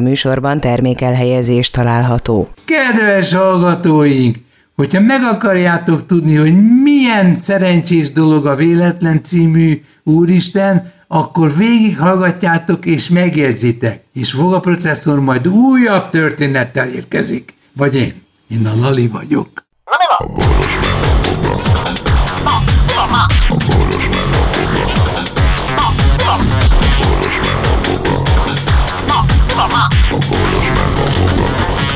műsorban termékelhelyezés található. Kedves hallgatóink! Hogyha meg akarjátok tudni, hogy milyen szerencsés dolog a Véletlen című Úristen, akkor végighallgatjátok és megjegyzitek. És Voga processzor majd újabb történettel érkezik. Vagy én. Én a Lali vagyok. A boros meg a Voga. A boros meg a Voga. A boros meg a Voga. A boros meg a Voga.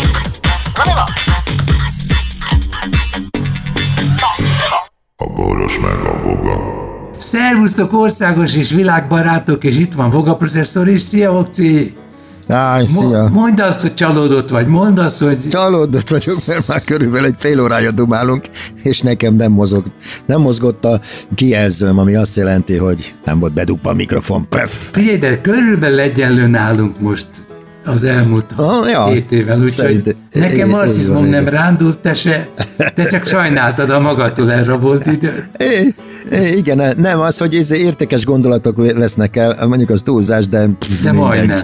A boros meg a Voga. Szervusztok országos és világbarátok, és itt van Voga processzor is. Szia, Okci! Szia! Mondd azt, hogy csalódott vagy, mondd azt, hogy... Csalódott vagyok, mert már körülbelül egy fél órája dumálunk, és nekem nem mozgott a kijelzőm, ami azt jelenti, hogy nem volt bedugva a mikrofon. Pöf! Figyelj, de körülbelül egyenlő nálunk most az elmúlt 7 évvel, úgyhogy nekem marcizmom nem rándult, te csak sajnáltad a magadtól elrabolt időt. Igen, nem az, hogy értékes gondolatok vesznek el, mondjuk az túlzás, de majdnem.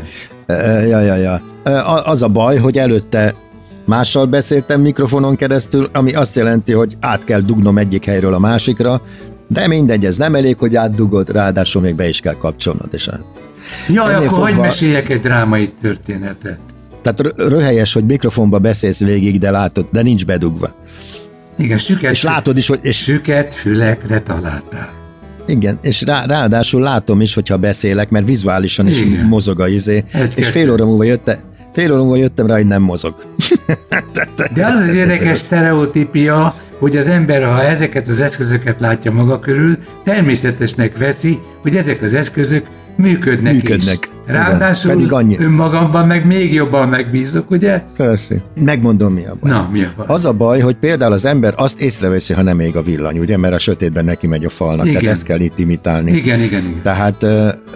Az a baj, hogy előtte mással beszéltem mikrofonon keresztül, ami azt jelenti, hogy át kell dugnom egyik helyről a másikra, de mindegy, ez nem elég, hogy átdugod, ráadásul még be is kell kapcsolnod. És akkor hogy meséljek egy drámai történetet? Tehát röhelyes, hogy mikrofonba beszélsz végig, de látod, de nincs bedugva. Igen, és látod is, hogy... Süket fülekre találtál. Igen, és ráadásul látom is, hogyha beszélek, mert vizuálisan is mozog a és fél óra múlva jöttem rá, hogy nem mozog. De az érdekes sztereotípia, hogy az ember, ha ezeket az eszközöket látja maga körül, természetesnek veszi, hogy ezek az eszközök működnek is. Ráadásul önmagamban meg még jobban megbízok, ugye? Persze. Megmondom, mi a baj. Na, mi a baj? Az a baj, hogy például az ember azt észreveszi, ha nem ég a villany, ugye? Mert a sötétben neki megy a falnak, tehát ezt kell itt imitálni. Igen. Tehát...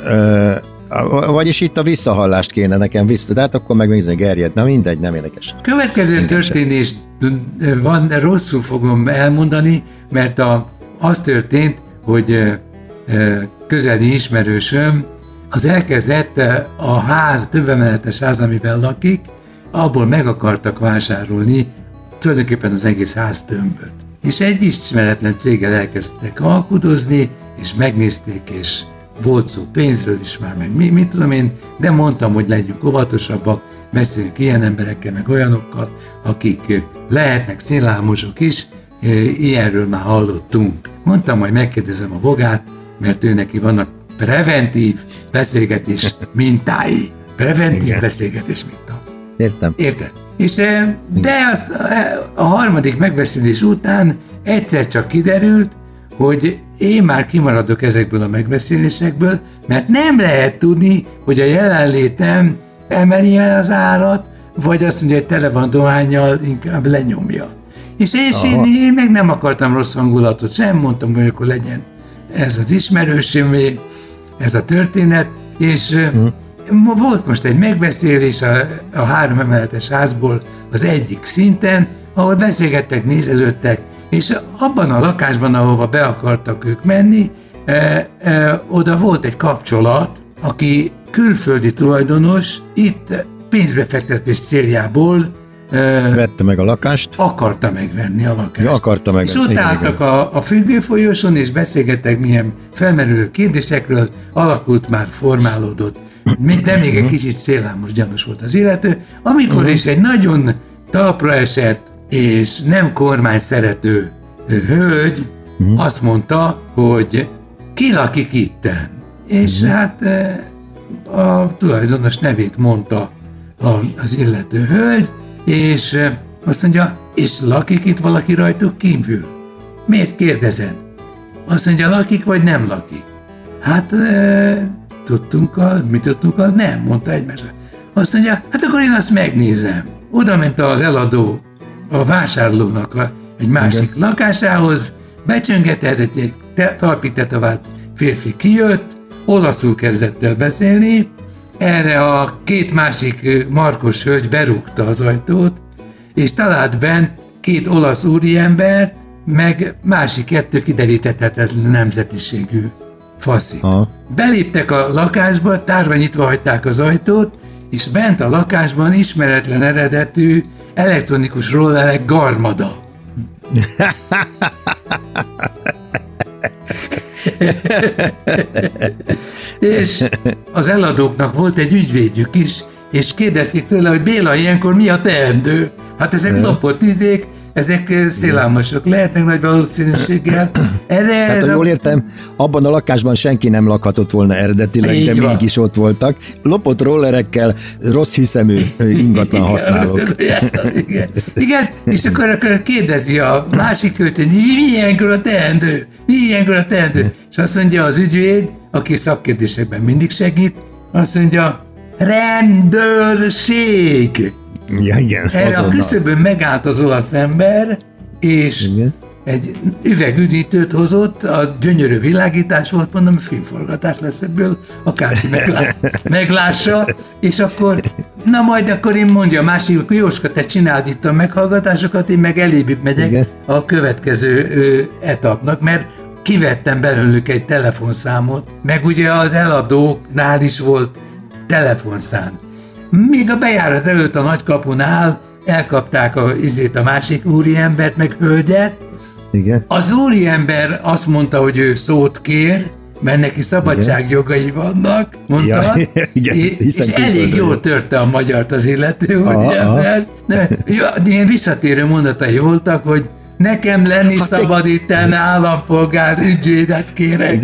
vagyis itt a visszahallást kéne nekem de hát akkor meg minden gerjed. Na mindegy, nem érdekes. Következő történés van, rosszul fogom elmondani, mert az történt, hogy közeli ismerősöm az elkezdett a ház, többemeletes ház, amiben lakik, abból meg akartak vásárolni tulajdonképpen az egész háztömböt. És egy ismeretlen céggel elkezdtek alkudozni, és megnézték, és volt szó pénzről is már, meg mit tudom én, de mondtam, hogy legyünk óvatosabbak, beszéljünk ilyen emberekkel, meg olyanokkal, akik lehetnek színlámosok is, ilyenről már hallottunk. Mondtam, majd megkérdezem a Vogát, mert ő neki vannak preventív beszélgetés mintái. Beszélgetés minta. Érted? És de a harmadik megbeszélés után egyszer csak kiderült, hogy én már kimaradok ezekből a megbeszélésekből, mert nem lehet tudni, hogy a jelenlétem emeli el az árat, vagy azt mondja, hogy tele van dohánnyal, inkább lenyomja. És én meg nem akartam rossz hangulatot sem, mondtam, hogy akkor legyen ez az ismerősömé, ez a történet, és volt most egy megbeszélés a 3 emeletes házból az egyik szinten, ahol beszélgettek, nézelődtek, és abban a lakásban, ahova be akartak ők menni, oda volt egy kapcsolat, aki külföldi tulajdonos, itt pénzbefektetés céljából vette meg a lakást. Akarta megvenni a lakást. Ja, akarta meg. És ott álltak a függőfolyoson, és beszélgettek milyen felmerülő kérdésekről, alakult már, formálódott. De még egy kicsit szélhámos, gyanús volt az illető, amikor is egy nagyon talpra esett és nem kormány szerető hölgy azt mondta, hogy ki lakik itten. És hát a tulajdonos nevét mondta az illető hölgy, és azt mondja, és lakik itt valaki rajtuk kívül? Miért kérdezed? Azt mondja, lakik vagy nem lakik? Hát mi tudtunkkal? Nem, mondta egymásra. Azt mondja, hát akkor én azt megnézem. Oda ment az eladó a vásárlónak egy másik lakásához, becsöngetett, egy talpig-tetovált férfi kijött, olaszul kezdett el beszélni, erre a 2 másik markos hölgy berúgta az ajtót, és talált bent 2 olasz úriembert, meg másik 2 kideríthetetlen nemzetiségű faszik. Beléptek a lakásba, tárva nyitva hagyták az ajtót, és bent a lakásban ismeretlen eredetű elektronikus rollerek garmada. És az eladóknak volt egy ügyvédjük is, és kérdezték tőle, hogy Béla, ilyenkor mi a teendő? Hát ezek lopott izék, ezek szélálmosok lehetnek nagy valószínűséggel. Tehát, ha jól értem, abban a lakásban senki nem lakhatott volna eredetileg, így de van. Mégis ott voltak. Lopott rollerekkel rossz hiszemű ingatlan használók. Igen, és akkor kérdezi a másik költő, hogy mi ilyenkor a teendő? Mi ilyenkor a teendő? És azt mondja az ügyvéd, aki szakkérdésekben mindig segít, azt mondja, rendőrség! Ja, igen, Erre azonnal. a küszöbön megállt az olasz ember, és Igen. egy üvegüdítőt hozott, a gyönyörű világítás volt, mondom, filmforgatás lesz ebből, akárki meglássa, és akkor, na majd akkor én mondja a másik, Jóska, te csináld itt a meghallgatásokat, én meg elébük megyek Igen. a következő etapnak, mert kivettem belőlük egy telefonszámot, meg ugye az eladóknál is volt telefonszám. Még a bejárat előtt a nagykapunál elkapták a másik úriembert, meg hölgyet. Igen. Az úriember azt mondta, hogy ő szót kér, mert neki szabadságjogai vannak, mondta, Ja, igen, és hiszen elég külföldön jól jött. törte a magyart az illető úriember. De ilyen visszatérő mondatai voltak, hogy nekem lenni szabad itten állampolgár, ügyvédet kérek.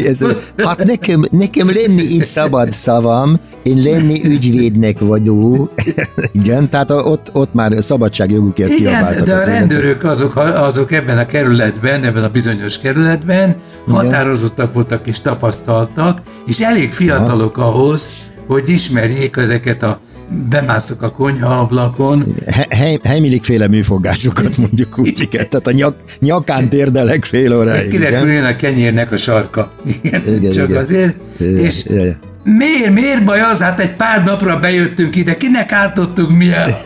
Hát nekem lenni itt szabad szavam, én lenni ügyvédnek vagyok. Igen, tehát ott már szabadságjogukért Igen, kiabáltak. de a az rendőrök azok ebben a kerületben, ebben a bizonyos kerületben határozottak voltak és tapasztaltak, és elég fiatalok ahhoz, hogy ismerjék ezeket a bemászok a konyhaablakon. Heimilik-féle műfogásokat mondjuk úgy, igen. Tehát a nyakán térdelek fél óráig. Kirepüljön a kenyérnek a sarka. Igen, csak igen. azért. Igen, És igen. miért baj az? Hát egy pár napra bejöttünk ide, kinek ártottunk mi el?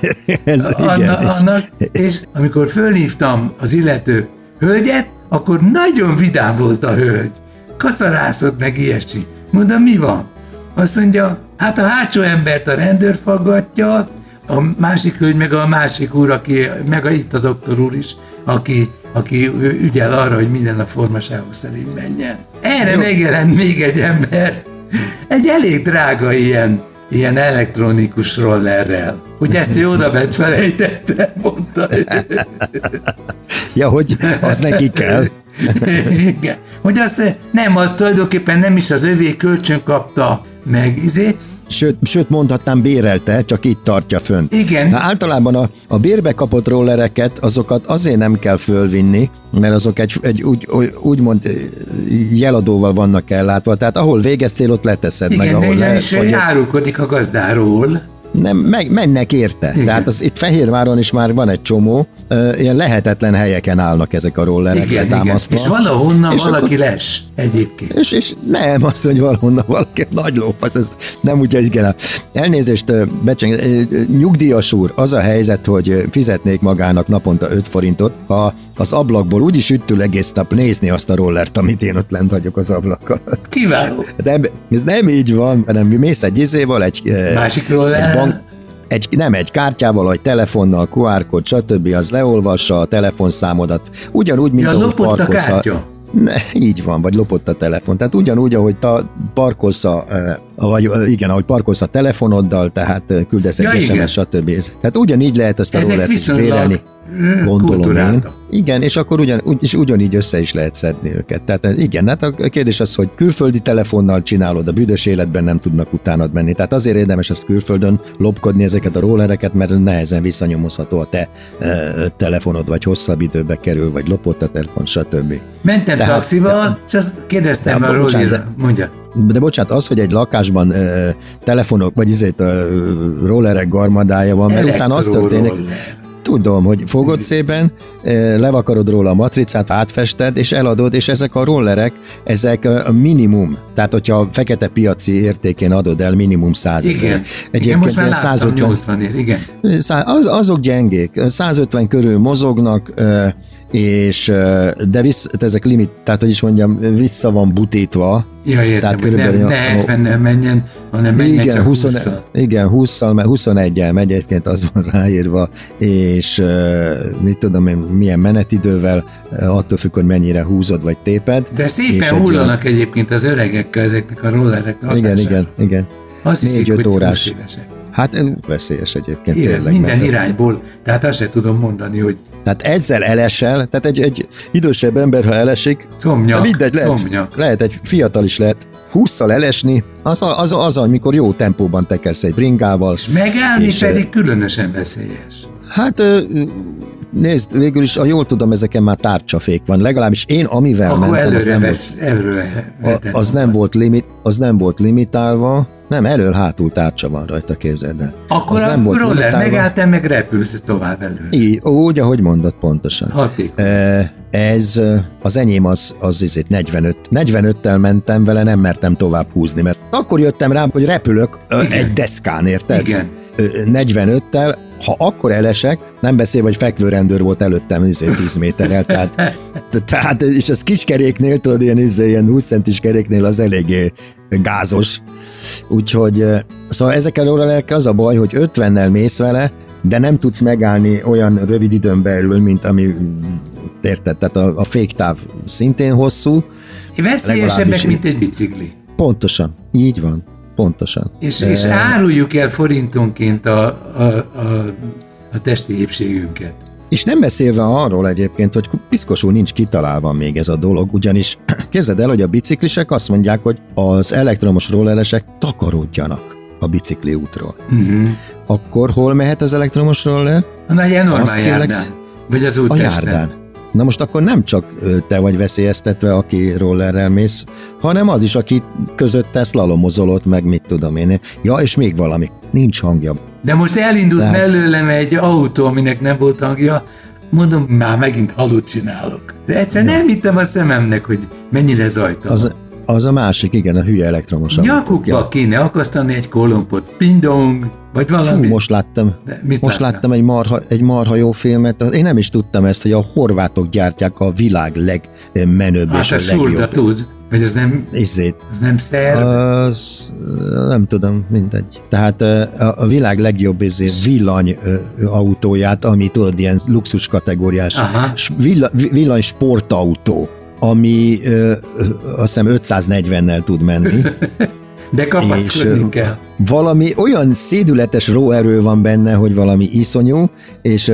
Annak. És amikor fölhívtam az illető hölgyet, akkor nagyon vidám volt a hölgy. Kacarászott meg ilyesmi. Mondom, mi van? Azt mondja, hát a hátsó embert a rendőr faggatja, a másik hölgy, meg a másik úr, meg itt a doktor úr is, aki ügyel arra, hogy minden a formaságok szerint menjen. Erre megjelent még egy ember, egy elég drága ilyen elektronikus rollerrel. Hogy ezt ő odabent felejtette, mondta. Ja, hogy az neki kell. Igen. Hogy azt nem, az tulajdonképpen nem is az övé, kölcsön kapta meg, Sőt, mondhatnám bérelte, csak itt tartja fönt. Igen. Na, általában a bérbe kapott rollereket, azokat azért nem kell fölvinni, mert azok egy úgymond jeladóval vannak ellátva. Tehát ahol végeztél, ott leteszed igen, meg, ahol de is árulkodik a gazdáról. Nem, mennek érte. Igen. Tehát itt Fehérváron is már van egy csomó, ilyen lehetetlen helyeken állnak ezek a rollerek letámasztva. És valahonnan és valaki les egyébként. És nem az, hogy valahonnan valaki nagy lófasz, ez nem úgy, hogy igen. Elnézést, nyugdíjas úr, az a helyzet, hogy fizetnék magának naponta 5 forintot, ha az ablakból úgyis üttül egész nap nézni azt a rollert, amit én ott lent hagyok az ablak alatt. Kiváló. De ez nem így van, hanem mész egy izéval, egy másik roller. Egy kártyával, egy telefonnal, QR kód, stb. Az leolvassa a telefonszámodat. Ugyanúgy, mint ahogy lopott parkolsz. A kártya? Így van, vagy lopott a telefon. Tehát ugyanúgy, ahogy parkolsz ahogy parkolsz a telefononoddal, tehát küldesz egy SMS, stb. Tehát ugyanígy lehet ezt a rollert is bérelni. Gondolom én. Igen, és akkor ugyanígy össze is lehet szedni őket. Tehát igen, hát a kérdés az, hogy külföldi telefonnal csinálod, a büdös életben nem tudnak utánad menni. Tehát azért érdemes ezt külföldön lopkodni ezeket a rollereket, mert nehezen visszanyomozható a te telefonod, vagy hosszabb időbe kerül, vagy lopott a telefon, stb. Mentem taxival, és azt kérdeztem a rollira. Mondja. De bocsánat, az, hogy egy lakásban telefonok, vagy rollerek garmadája van, mert utána az történik, tudom, hogy fogod szépen, levakarod róla a matricát, átfested, és eladod, és ezek a rollerek, ezek a minimum, tehát hogyha a fekete piaci értékén adod el, minimum 100 000. Igen, egyébként most már láttam 80-ért, igen. Azok gyengék, 150 körül mozognak, és de ezek limit, tehát hogy is mondjam, vissza van butítva. Ja, értem, hogy ne 70-nel menjen, hanem menjen csak 20-szal. Igen, 20-szal, mert 21-el megy, egyébként az van ráírva, és mit tudom én, milyen menetidővel, attól függ, hogy mennyire húzod vagy téped. De szépen hullanak egyébként az öregekkel ezeknek a rollerek hatására. Igen. Azt hiszik, hogy 4-5 órás. 20 évesek. Hát veszélyes egyébként. Igen, tényleg. minden irányból, tehát azt se tudom mondani, hogy tehát ezzel elesel, tehát egy idősebb ember, ha elesik, comnyak, mindegy, lehet egy fiatal is lehet 20-szal elesni, az, amikor jó tempóban tekersz egy bringával. És megállni pedig különösen veszélyes. Hát nézd, végül is, ha jól tudom, ezeken már tárcsafék van. Legalábbis én, amivel akkor mentem, az nem volt limitálva. Nem, elől-hátul tárcsa van rajta, képzeld el. Akkor a roller megálltál, meg repülsz tovább elő. Úgy, ahogy mondod, pontosan. Hatékony. Ez az enyém az 45-tel mentem vele, nem mertem tovább húzni, mert akkor jöttem rá, hogy repülök egy deszkán, érted? Igen. 45-tel, ha akkor elesek, nem beszélve, hogy fekvőrendőr volt előttem 10 méterrel, tehát és az kis keréknél, tudod, ilyen 20 centis keréknél az eléggé gázos. Úgyhogy szóval ezekkel órálják az a baj, hogy 50-nel mész vele, de nem tudsz megállni olyan rövid időn belül, mint ami érted, tehát a féktáv szintén hosszú. Veszélyesebbek, mint egy bicikli. Pontosan, így van. Pontosan. És áruljuk el forintonként a testi épségünket. És nem beszélve arról egyébként, hogy piszkosul nincs kitalálva még ez a dolog, ugyanis képzeld el, hogy a biciklisek azt mondják, hogy az elektromos rolleresek takarodjanak a bicikli útról. Uh-huh. Akkor hol mehet az elektromos roller? A nagy normál járdán. Vagy az úttesten. A járdán. Na most akkor nem csak te vagy veszélyeztetve, aki rollerrel mész, hanem az is, aki közötte szlalomozolott, meg mit tudom én. Ja, és még valami. Nincs hangja. De most elindult mellőlem egy autó, aminek nem volt hangja, mondom, már megint halucinálok. De egyszer nem hittem a szememnek, hogy mennyire zajtalan. Az a másik, igen, a hülye elektromos autó. Nyakukba kéne akasztani egy kolompot, pindong, vagy valami. Fú, most láttam egy marha jó filmet. Én nem is tudtam ezt, hogy a horvátok gyártják a világ legmenőbb és a legjobb. Hát a Surda tud. Vagy ez nem, az nem szerb? Nem tudom, mindegy. Tehát a világ legjobb villany autóját, ami tudod, ilyen luxus kategóriás villany sportautó, ami azt hiszem 540-nel tud menni. De kapaszkodni kell. Valami olyan szédületes róerő van benne, hogy valami iszonyú, és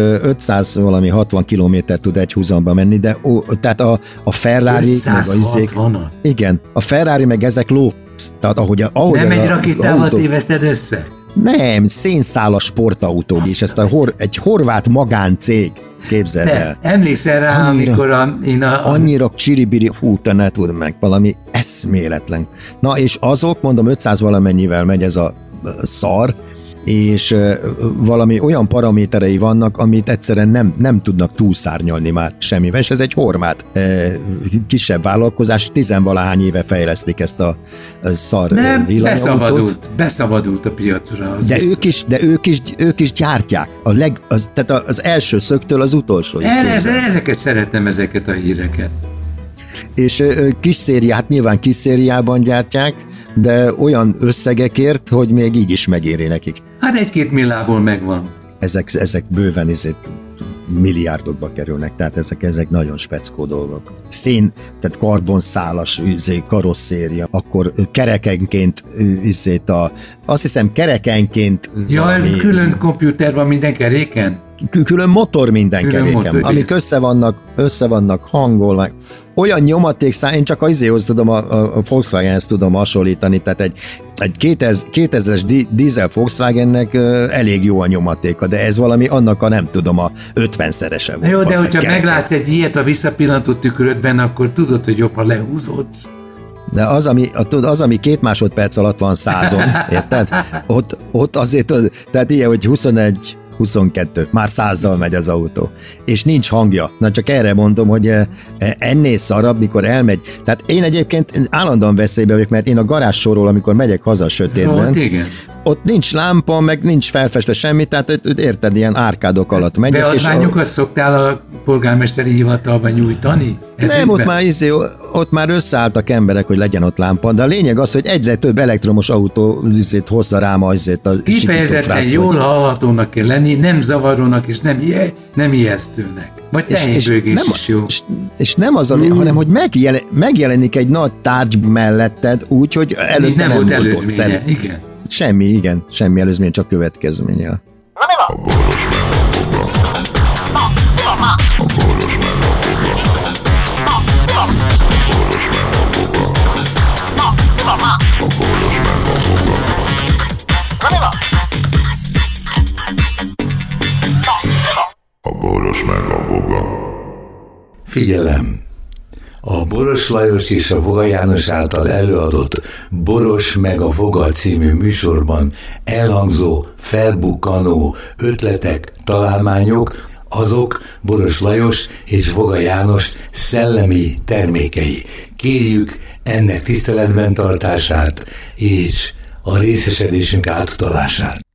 560 kilométer tud egy húzamba menni, de tehát a Ferrari... 560-at? Igen, a Ferrari meg ezek tehát ahogy nem egy rakétával téveszted össze? Nem, szénszálas sportautó is, ezt egy horvát magáncég, képzeld el. Emlékszel rá, amikor annyira csiribiri, te ne tudd meg, valami eszméletlen. Na és azok, mondom, 500 valamennyivel megy ez a szar, és valami olyan paraméterei vannak, amit egyszerűen nem tudnak túlszárnyalni már semmivel, és ez egy horvát kisebb vállalkozás, 10-valahány éve fejlesztik ezt a szar villanyautót. Beszabadult a piacra. De ők is gyártják, tehát az első szögtől az utolsó. Ezeket szeretem, ezeket a híreket. És kis szériát, nyilván kis szériában gyártják, de olyan összegekért, hogy még így is megéri nekik. Hát 1-2 milliából megvan. Ezek bőven milliárdokba kerülnek, tehát ezek nagyon speckó dolgok. Tehát karbonszálas karosszéria, akkor kerekenként azt hiszem kerekenként... Külön kompjúter van minden keréken? Külön motor minden keréken, amik össze vannak hangolva. Olyan nyomatékszám, én csak azért tudom a Volkswagenhez tudom hasonlítani, tehát egy 2000-es dízel Volkswagennek elég jó a nyomatéka, de ez valami annak a nem tudom, a 50-szerese volt. Jó, de hogyha meglátsz egy ilyet a visszapillantó tükörödben, akkor tudod, hogy jobb, ha lehúzódsz. De az, ami 2 másodperc alatt van 100-on, érted? Ott azért, tehát ilyen, hogy 22, már 100-zal megy az autó, és nincs hangja. Na csak erre mondom, hogy ennél szarabb, mikor elmegy. Tehát én egyébként állandóan veszélybe vagyok, mert én a garázssorról, amikor megyek haza a sötétben, ott nincs lámpa, meg nincs felfestve semmi, tehát érted, ilyen árkádok alatt megyek. Beadványokat szoktál a polgármesteri hivatalban nyújtani? Nem, ott már összeálltak emberek, hogy legyen ott lámpa, de a lényeg az, hogy egyre több elektromos autó hozza rám a kifejezetten jól hallhatónak kell lenni, nem zavarónak és nem ijesztőnek. Vagy tehénbőgés is jó. És nem az a lényeg, hanem hogy megjelenik egy nagy tárgy melletted úgy, hogy előtte nem volt előzménye. Igen. Semmi előzmény, csak következménye. A boros meg a boga. A boros meg a boga. A boros meg a boga. A boros meg a boga. A boros meg a boga. Figyelem! A Boros Lajos és a Voga János által előadott Boros meg a Voga című műsorban elhangzó, felbukkanó ötletek, találmányok, azok Boros Lajos és Voga János szellemi termékei. Kérjük ennek tiszteletben tartását és a részesedésünk átutalását.